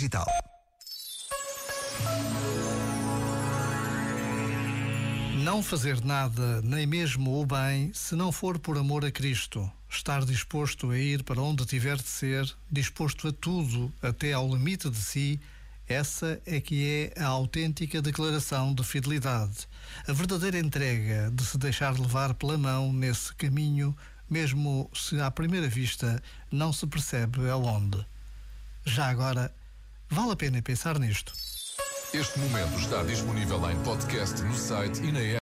Digital. Não fazer nada, nem mesmo o bem, se não for por amor a Cristo. Estar disposto a ir para onde tiver de ser, disposto a tudo, até ao limite de si, essa é que é a autêntica declaração de fidelidade. A verdadeira entrega de se deixar levar pela mão nesse caminho, mesmo se à primeira vista não se percebe aonde. Já agora, vale a pena pensar nisto. Este momento está disponível em podcast no site e na app.